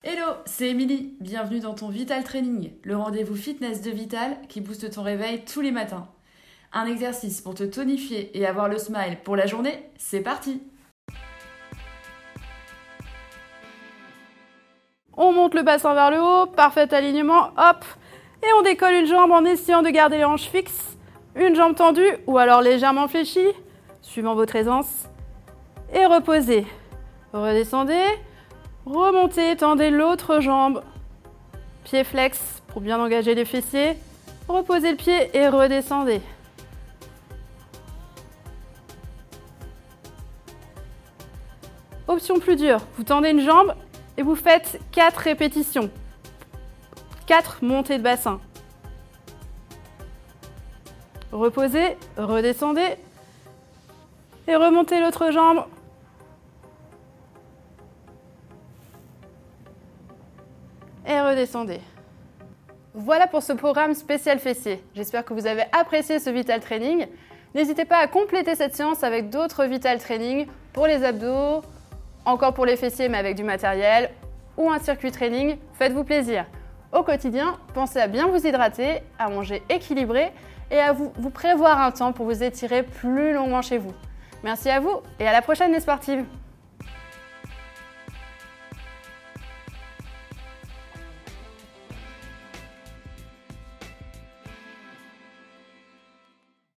Hello, c'est Émilie. Bienvenue dans ton Vital Training, le rendez-vous fitness de Vital qui booste ton réveil tous les matins. Un exercice pour te tonifier et avoir le smile pour la journée, c'est parti! On monte le bassin vers le haut, parfait alignement, hop! Et on décolle une jambe en essayant de garder les hanches fixes, une jambe tendue ou alors légèrement fléchie, suivant votre aisance. Et reposez. Redescendez, remontez, tendez l'autre jambe. Pied flex pour bien engager les fessiers. Reposez le pied et redescendez. Option plus dure, vous tendez une jambe et vous faites 4 répétitions. 4 montées de bassin. Reposez, redescendez et remontez l'autre jambe. Et redescendez. Voilà pour ce programme spécial fessier. J'espère que vous avez apprécié ce Vital Training. N'hésitez pas à compléter cette séance avec d'autres Vital Training pour les abdos, encore pour les fessiers mais avec du matériel ou un circuit training. Faites-vous plaisir. Au quotidien, pensez à bien vous hydrater, à manger équilibré et à vous prévoir un temps pour vous étirer plus longuement chez vous. Merci à vous et à la prochaine les sportives.